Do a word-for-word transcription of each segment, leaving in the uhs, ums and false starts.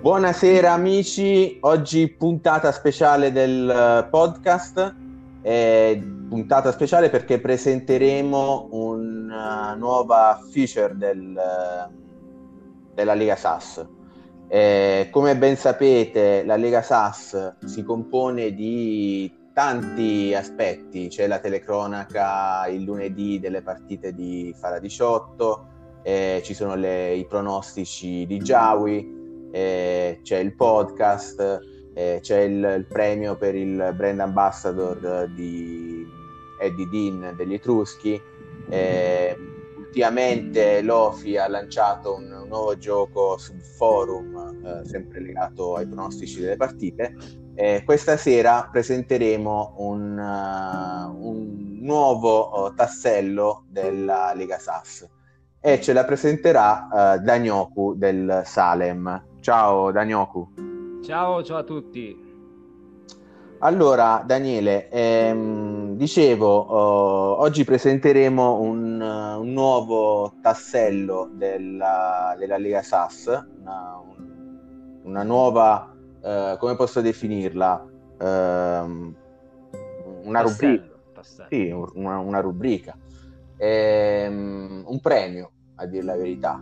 Buonasera amici, oggi puntata speciale del eh, podcast, eh, puntata speciale perché presenteremo una nuova feature del, eh, della Lega Sass. Eh, come ben sapete, la Lega Sass si compone di tanti aspetti, c'è la telecronaca il lunedì delle partite di Fara diciotto, eh, ci sono le, i pronostici di Giawi, eh, c'è il podcast, eh, c'è il, il premio per il brand ambassador di Eddie Dean degli Etruschi. Eh, ultimamente l'Ofi ha lanciato un, un nuovo gioco sul forum, eh, sempre legato ai pronostici delle partite. Eh, questa sera presenteremo un, uh, un nuovo uh, tassello della Lega Sass e ce la presenterà uh, Danyoku del Salem. Ciao Danyoku. Ciao, ciao a tutti. Allora Daniele, ehm, dicevo, uh, oggi presenteremo un, uh, un nuovo tassello della, della Lega Sass, una, un, una nuova, uh, come posso definirla? Um, una rubrica, Tassello, tassello. sì, una, una rubrica, ehm, un premio, a dire la verità.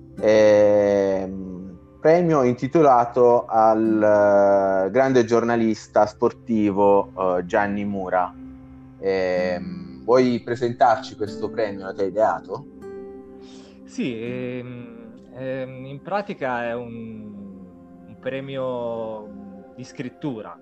Ehm, premio intitolato al uh, grande giornalista sportivo uh, Gianni Mura. Ehm, vuoi presentarci questo premio? L'hai ideato? Sì, ehm, ehm, in pratica è un, un premio di scrittura.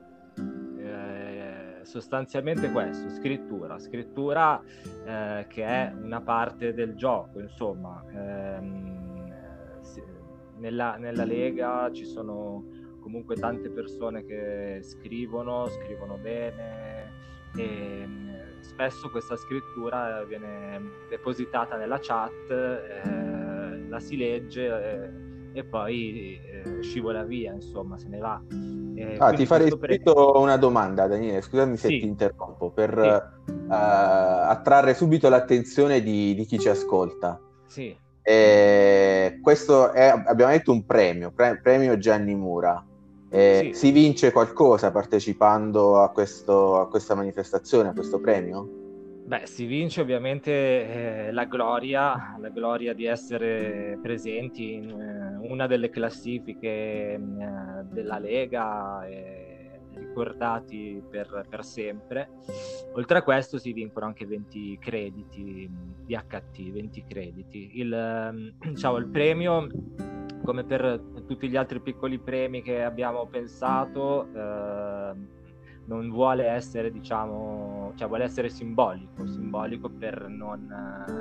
Eh, sostanzialmente questo, scrittura, scrittura eh, che è una parte del gioco, insomma. Ehm, sì, nella, nella Lega ci sono comunque tante persone che scrivono, scrivono bene e mh, spesso questa scrittura viene depositata nella chat, eh, la si legge eh, e poi eh, scivola via, insomma, se ne va. Eh, Ah, ti quindi farei questo premio... subito una domanda, Daniele, scusami se ti Sì, interrompo, per sì, uh, attrarre subito l'attenzione di, di chi ci ascolta. sì, Eh, questo è, abbiamo detto, un premio, pre- premio Gianni Mura. Eh, sì. si vince qualcosa partecipando a, questo, a questa manifestazione, a questo premio? Beh, si vince ovviamente eh, la gloria, la gloria di essere presenti in eh, una delle classifiche eh, della Lega e ricordati per, per sempre. Oltre a questo si vincono anche venti crediti di H T, venti crediti. Il, ehm, diciamo, il premio, come per tutti gli altri piccoli premi che abbiamo pensato, eh, non vuole essere, diciamo, cioè vuole essere simbolico, simbolico per non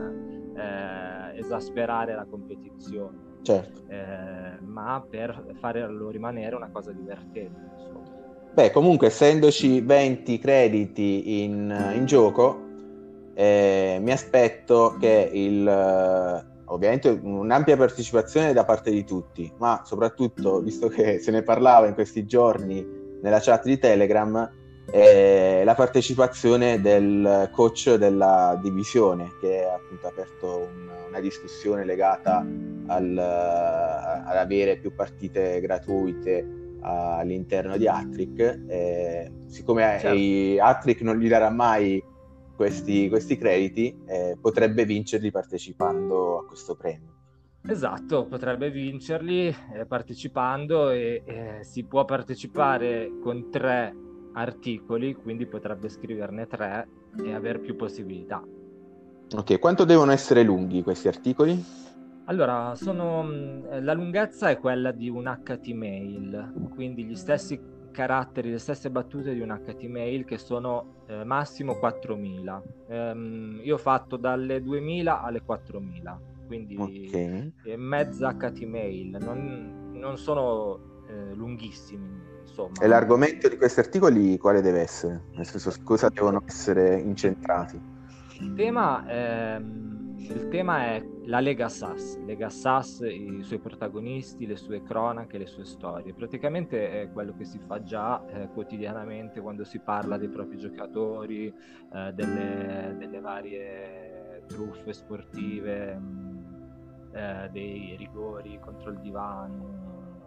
eh, esasperare la competizione, Certo. eh, ma per farlo rimanere una cosa divertente, insomma. Beh, comunque, essendoci venti crediti in, in gioco, eh, mi aspetto che il, eh, ovviamente un'ampia partecipazione da parte di tutti, ma soprattutto, visto che se ne parlava in questi giorni nella chat di Telegram, eh, la partecipazione del coach della divisione, che ha appunto aperto un, una discussione legata al, ad avere più partite gratuite all'interno di Hattrick. Eh, siccome Certo. eh, Hattrick non gli darà mai questi, questi crediti, eh, potrebbe vincerli partecipando a questo premio. Esatto, potrebbe vincerli eh, partecipando e eh, si può partecipare con tre articoli, quindi potrebbe scriverne tre e avere più possibilità. Ok, quanto devono essere lunghi questi articoli? Allora, sono, mh, la lunghezza è quella di un H T mail, quindi gli stessi caratteri, le stesse battute di un H T mail che sono eh, massimo quattromila. Ehm, io ho fatto dalle duemila alle quattromila, Ok. quindi eh, mezza H T mail, non, non sono eh, lunghissimi, E insomma. l'argomento di questi articoli quale deve essere? Nel senso, su cosa devono essere incentrati? Il tema, ehm, il tema è la Lega Sass, Lega Sass, i suoi protagonisti, le sue cronache, le sue storie. Praticamente è quello che si fa già eh, quotidianamente quando si parla dei propri giocatori, eh, delle, delle varie truffe sportive, mh, eh, dei rigori contro il divano.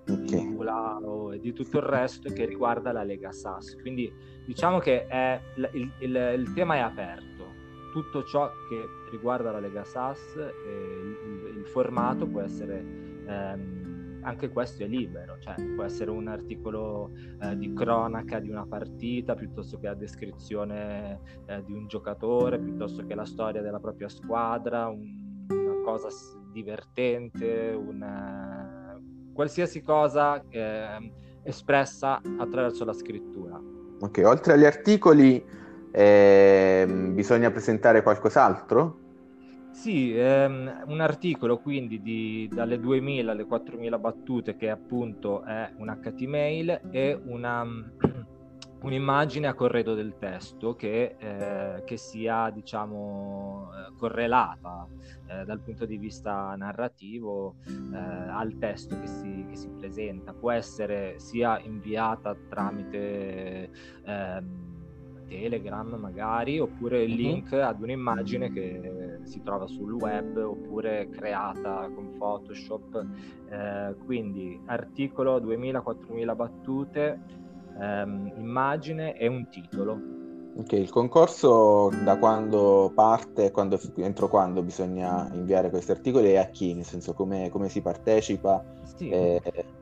okay. di Mulao e di tutto il resto che riguarda la Lega Sass. Quindi diciamo che è, il, il, il tema è aperto, tutto ciò che riguarda la Lega Sass, eh, il, il formato può essere ehm, anche questo è libero, cioè può essere un articolo eh, di cronaca di una partita, piuttosto che la descrizione eh, di un giocatore, piuttosto che la storia della propria squadra, un, una cosa divertente, una, qualsiasi cosa eh, espressa attraverso la scrittura. Ok, oltre agli articoli eh, bisogna presentare qualcos'altro? Sì, ehm, un articolo quindi di, dalle duemila alle quattromila battute, che appunto è un H T M L, e una, un'immagine a corredo del testo che, eh, che sia, diciamo, eh, correlata eh, dal punto di vista narrativo eh, al testo che si, che si presenta. Può essere sia inviata tramite ehm, Telegram magari, oppure il link uh-huh. ad un'immagine che si trova sul web, oppure creata con Photoshop. Eh, quindi articolo duemila quattromila battute, ehm, immagine e un titolo. Ok, il concorso da quando parte, quando, entro quando bisogna inviare questi articoli e a chi? Nel senso, come, come si partecipa? Sì. Eh...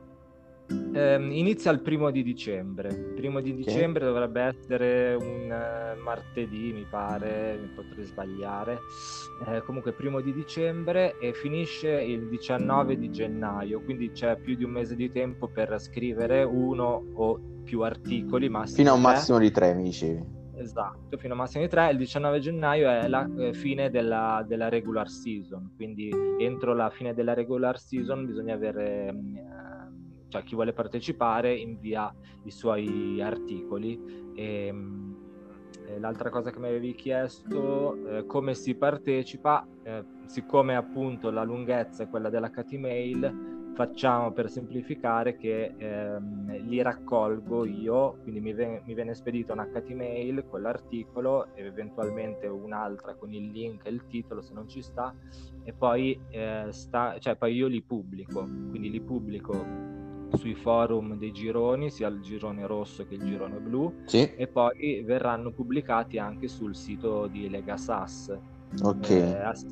Eh, inizia il primo di dicembre. Primo di okay. dicembre dovrebbe essere un uh, martedì, mi pare, mi potrei sbagliare. Eh, comunque primo di dicembre, e finisce il diciannove di gennaio, quindi c'è più di un mese di tempo per scrivere uno o più articoli, massimo fino a un tre. massimo di tre, mi dicevi. Esatto, fino a un massimo di tre. Il diciannove gennaio è la eh, fine della, della regular season, quindi entro la fine della regular season bisogna avere... Eh, cioè chi vuole partecipare invia i suoi articoli. E, e l'altra cosa che mi avevi chiesto, eh, come si partecipa, eh, siccome appunto la lunghezza è quella dell'H T M L, facciamo per semplificare che ehm, li raccolgo io, quindi mi, ven- mi viene spedito un H T M L con l'articolo e eventualmente un'altra con il link e il titolo se non ci sta, e poi, eh, sta, cioè, poi io li pubblico, quindi li pubblico sui forum dei gironi, sia il girone rosso che il girone blu, sì. E poi verranno pubblicati anche sul sito di Lega Sass. Ok. Eh, ass-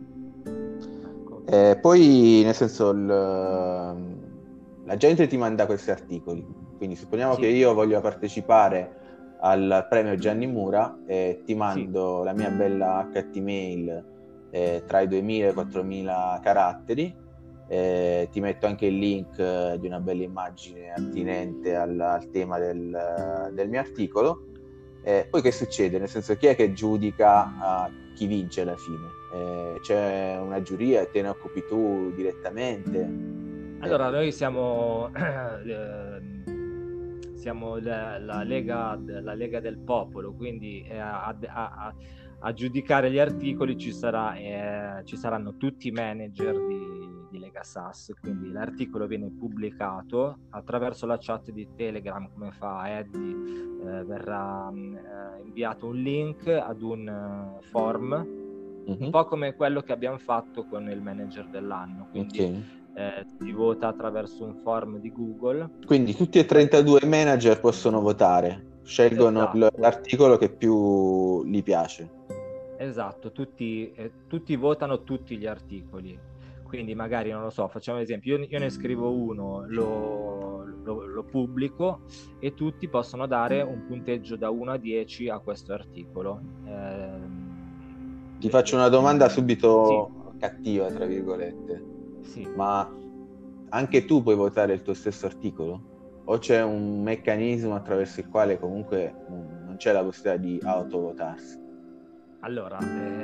ecco. eh, poi, nel senso, il, la gente ti manda questi articoli, quindi supponiamo sì. che io voglio partecipare al premio Gianni Mura e ti mando sì. la mia bella H T M L eh, tra i duemila e i quattromila caratteri. Eh, ti metto anche il link eh, di una bella immagine attinente al, al tema del, del mio articolo. Eh, poi che succede? Nel senso, chi è che giudica uh, chi vince alla fine? Eh, c'è una giuria e te ne occupi tu direttamente? Allora, eh. noi siamo eh, siamo la, la, Lega, la Lega del Popolo, quindi eh, a, a, a, a giudicare gli articoli ci, sarà, eh, ci saranno tutti i manager di, di Lega Sass, quindi l'articolo viene pubblicato attraverso la chat di Telegram, come fa Eddie, eh, verrà eh, inviato un link ad un uh, form, mm-hmm. un po' come quello che abbiamo fatto con il manager dell'anno, quindi okay. eh, si vota attraverso un form di Google. Quindi tutti e trentadue i manager possono votare, scelgono esatto. l'articolo che più gli piace. Esatto, tutti, eh, tutti votano tutti gli articoli, quindi magari, non lo so, facciamo un esempio, io, io ne scrivo uno, lo, lo, lo pubblico e tutti possono dare un punteggio da uno a dieci a questo articolo. Eh, Ti faccio una domanda subito sì. cattiva, tra virgolette, sì. ma anche tu puoi votare il tuo stesso articolo? O c'è un meccanismo attraverso il quale comunque non c'è la possibilità di autovotarsi? Allora,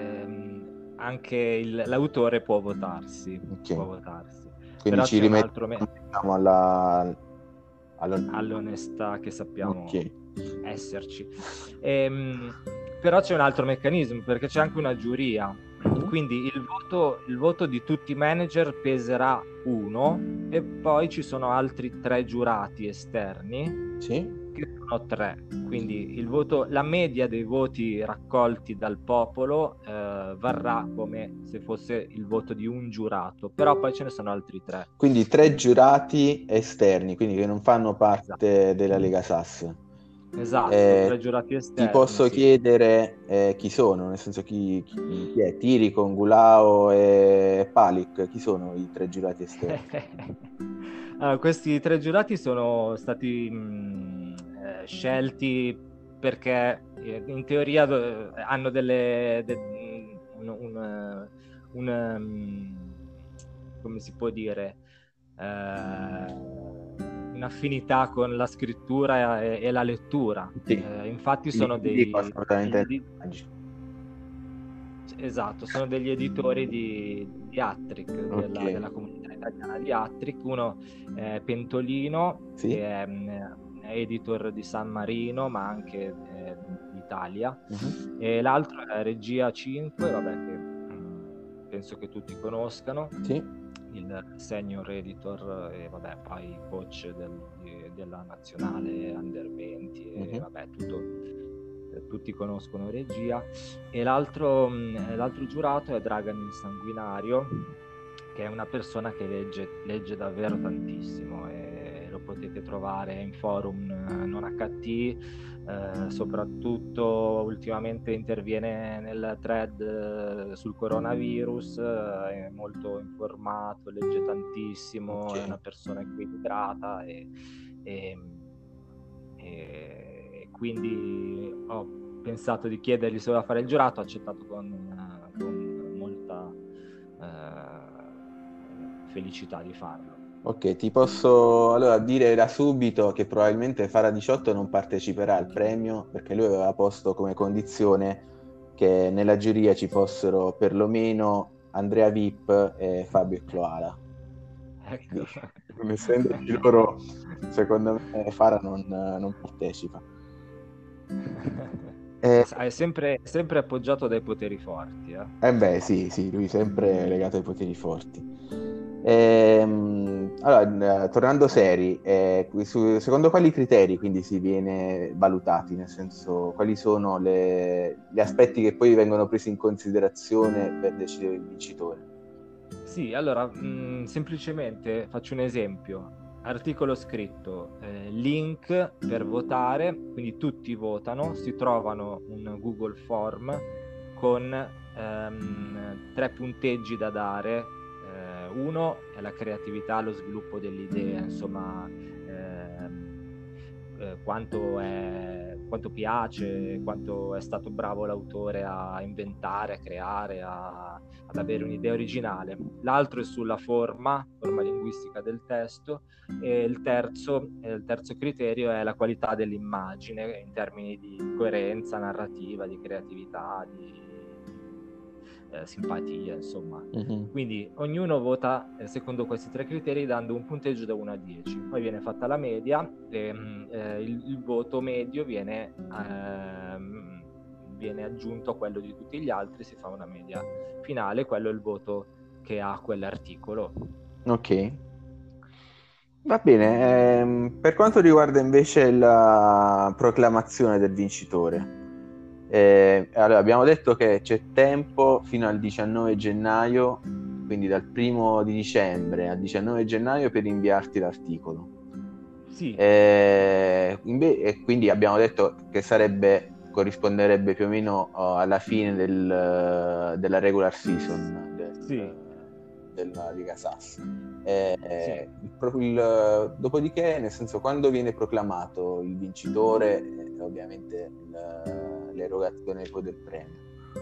ehm, anche il, l'autore può votarsi, okay. può votarsi. Quindi Però ci rimettiamo altro... alla... all'on... all'onestà che sappiamo okay. esserci. Ehm, però c'è un altro meccanismo, perché c'è anche una giuria. Quindi il voto, il voto di tutti i manager peserà uno, e poi ci sono altri tre giurati esterni sì. che sono tre, quindi il voto, la media dei voti raccolti dal popolo eh, varrà come se fosse il voto di un giurato, però poi ce ne sono altri tre. Quindi tre giurati esterni, quindi che non fanno Esatto, parte della Lega Sass. esatto, Eh, tre giurati ti esterni, posso sì. chiedere eh, chi sono, nel senso chi, chi, chi è? Tiri con Gulao e Palik, chi sono i tre giurati esterni? Allora, questi tre giurati sono stati mh, eh, scelti perché eh, in teoria eh, hanno delle de- un, un, un, um, come si può dire eh, un'affinità con la scrittura e, e la lettura. Sì, Eh, infatti li, sono li dico dei, degli assolutamente. edi- Esatto, sono degli editori di, di Attric, Ok, della, della comunità italiana di Attric. Uno è Pentolino, sì. che è, mh, è editor di San Marino, ma anche eh, d'Italia, Mhm. e l'altro è Regia cinque, vabbè, che mh, penso che tutti conoscano, Sì. il senior editor e vabbè, poi coach del- di- della nazionale Under venti e Mhm. vabbè, tutto, eh, tutti conoscono Regia. E l'altro, mh, l'altro giurato è Dragan il Sanguinario, che è una persona che legge, legge davvero tantissimo e lo potete trovare in forum eh, non H T, eh, soprattutto ultimamente interviene nel thread eh, sul coronavirus, eh, è molto informato, legge tantissimo, è Ok. una persona equilibrata e, e, e quindi ho pensato di chiedergli se voleva fare il giurato, ha accettato con, eh, con molta eh, felicità di farlo. Ok, ti posso allora dire da subito che probabilmente Fara diciotto non parteciperà al premio perché lui aveva posto come condizione che nella giuria ci fossero perlomeno Andrea Vip e Fabio Cloala. Ecco. Quindi, non essendoci loro, secondo me Fara non, non partecipa. Eh, È sempre, sempre appoggiato dai poteri forti, eh? eh beh, sì, sì, lui sempre legato ai poteri forti. Ehm, allora, eh, tornando seri, eh, su- secondo quali criteri quindi si viene valutati? Nel senso, quali sono le- gli aspetti che poi vengono presi in considerazione per decidere il vincitore? Sì, allora, mh, semplicemente faccio un esempio. Articolo scritto, eh, link per votare, quindi tutti votano, si trovano un Google Form con ehm, tre punteggi da dare. Eh, uno è la creatività, lo sviluppo dell'idea, insomma, ehm, eh, quanto è, quanto piace, quanto è stato bravo l'autore a inventare, a creare, a, ad avere un'idea originale. L'altro è sulla forma, forma linguistica del testo, e il terzo, il terzo criterio è la qualità dell'immagine in termini di coerenza narrativa, di creatività, di eh, simpatia, insomma. Mhm. Quindi ognuno vota eh, secondo questi tre criteri dando un punteggio da uno a dieci. Poi viene fatta la media e eh, il, il voto medio viene, ehm, viene aggiunto a quello di tutti gli altri, si fa una media finale, quello è il voto che ha quell'articolo. Ok. Va bene, ehm, per quanto riguarda invece la proclamazione del vincitore, eh, allora abbiamo detto che c'è tempo fino al diciannove gennaio, quindi dal primo di dicembre al diciannove gennaio per inviarti l'articolo. Sì, Eh, inve- e quindi abbiamo detto che sarebbe, corrisponderebbe più o meno oh, alla fine del, della regular season del- sì, della Liga Sass. Eh, sì. eh, il pro- il- dopodiché, nel senso, quando viene proclamato il vincitore, eh, ovviamente il- l'erogazione poi del premio.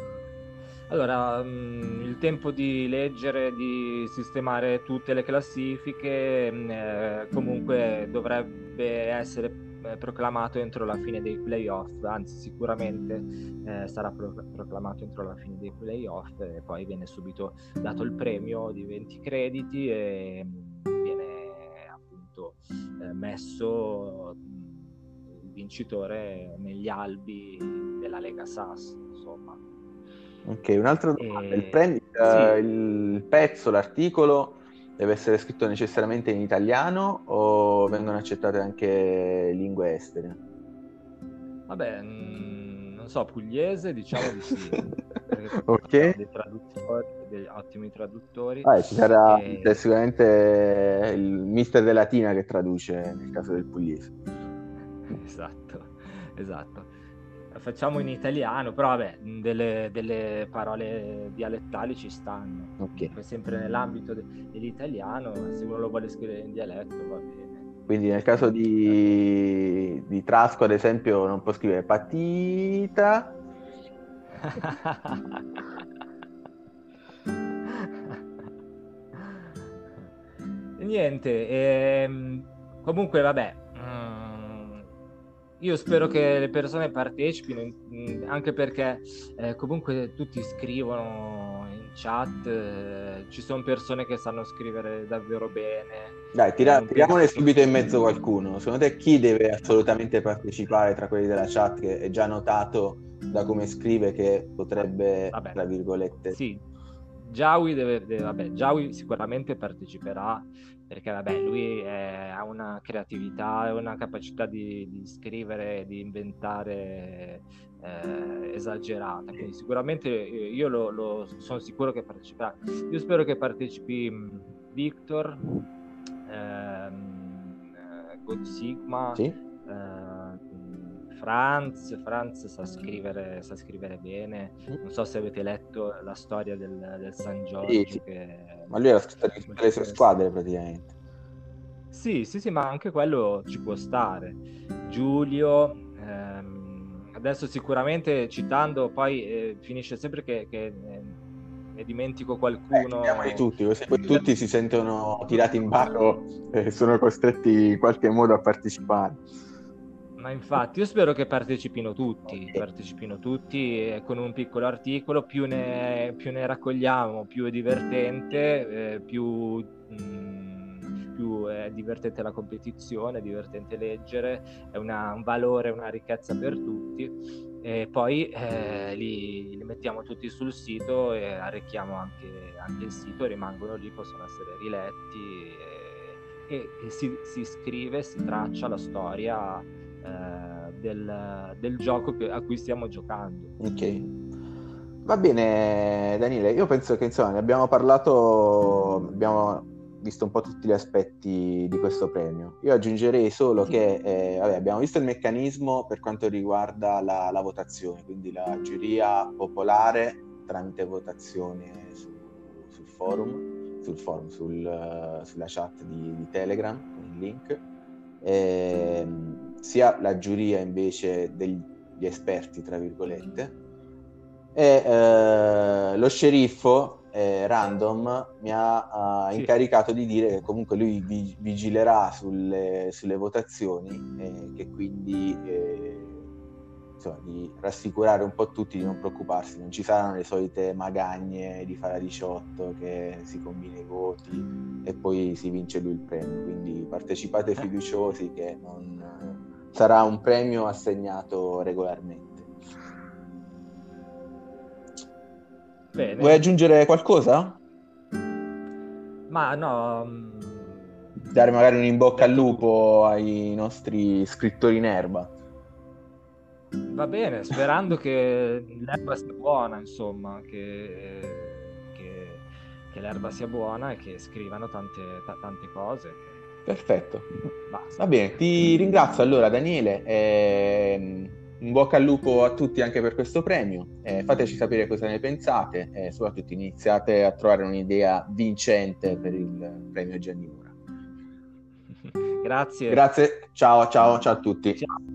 Allora, mh, il tempo di leggere, di sistemare tutte le classifiche, mh, eh, comunque dovrebbe essere eh, proclamato entro la fine dei playoff, anzi sicuramente eh, sarà pro- proclamato entro la fine dei playoff e poi viene subito dato il premio di venti crediti e mh, viene appunto eh, messo mh, il vincitore negli albi della Lega Sass, insomma. Ok, un'altra domanda. Il, E... premio, Sì, eh, il pezzo, l'articolo, deve essere scritto necessariamente in italiano o vengono accettate anche lingue estere? Vabbè, mh, non so, pugliese diciamo di sì, perché Ok. abbiamo dei traduttori, degli ottimi traduttori. Ah, ci sarà E... c'è sicuramente il mister della Latina che traduce nel caso del pugliese. Esatto, esatto. Facciamo in italiano, però vabbè, delle, delle parole dialettali ci stanno. Ok. Poi sempre nell'ambito de- dell'italiano, se uno lo vuole scrivere in dialetto va bene. Quindi nel caso di, di Trasco, ad esempio, non può scrivere patita. Niente, ehm, comunque vabbè, mm, io spero che le persone partecipino, mm, anche perché eh, comunque tutti scrivono in chat, eh, ci sono persone che sanno scrivere davvero bene. Dai, eh, tira, non penso tiriamone che... subito in mezzo qualcuno. Secondo te chi deve assolutamente partecipare tra quelli della chat che è già notato da come scrive che potrebbe, Vabbè, tra virgolette... sì, Giawi deve, deve- vabbè, Giawi sicuramente parteciperà perché vabbè, lui è- ha una creatività e una capacità di, di scrivere, di inventare eh, esagerata, quindi sicuramente eh, io lo, lo- sono sicuro che parteciperà. Io spero che partecipi mh, Victor, ehm, eh, God Sigma, Sì? eh, Franz, Franz sa scrivere, sa scrivere bene. Non so se avete letto la storia del, del San Sì, Giorgio, sì. che è Ma lui era scritto di tutte molto le sue interessante. squadre praticamente. Sì, sì, sì, ma anche quello ci può stare. Giulio, ehm, adesso sicuramente citando, poi eh, finisce sempre che, che eh, ne dimentico Eh, qualcuno. chiamiamoli tutti, così poi tutti si sentono tirati in ballo e sono costretti in qualche modo a partecipare. Ma infatti io spero che partecipino tutti, Ok. partecipino tutti eh, con un piccolo articolo, più ne, più ne raccogliamo, più è divertente, eh, più, mh, più è divertente la competizione, è divertente leggere, è una- un valore, una ricchezza per tutti. E poi eh, li, li mettiamo tutti sul sito e arricchiamo anche, anche il sito, rimangono lì, possono essere riletti e, e- e si, si scrive, si traccia la storia eh, del, del gioco che- a cui stiamo giocando. Ok. Va bene, Daniele, io penso che insomma ne abbiamo parlato, abbiamo visto un po' tutti gli aspetti di questo premio. Io aggiungerei solo che eh, vabbè, abbiamo visto il meccanismo per quanto riguarda la, la votazione, quindi la giuria popolare tramite votazione su- sul forum, sul forum, sul, eh, sulla chat di, di Telegram con il link, ehm, sia la giuria invece degli esperti, tra virgolette, e eh, lo sceriffo eh, random mi ha eh, Sì. incaricato di dire che comunque lui vi- vigilerà sulle, sulle votazioni e che quindi eh, insomma, di rassicurare un po' tutti di non preoccuparsi, non ci saranno le solite magagne di fare a diciotto che si combina i voti e poi si vince lui il premio, quindi partecipate fiduciosi che non sarà un premio assegnato regolarmente. Bene. Vuoi aggiungere qualcosa? Ma no, mh, Dare magari un in bocca al detto tutto. lupo ai nostri scrittori in erba. Va bene, sperando che l'erba sia buona, insomma, che, che- che l'erba sia buona e che scrivano tante, ta- tante cose. Perfetto. Basta. Va bene, ti ringrazio allora Daniele. ehm, in bocca al lupo a tutti anche per questo premio. Eh, fateci sapere cosa ne pensate e soprattutto iniziate a trovare un'idea vincente per il premio Gianni Mura. Grazie. Grazie, ciao ciao ciao a tutti. Ciao.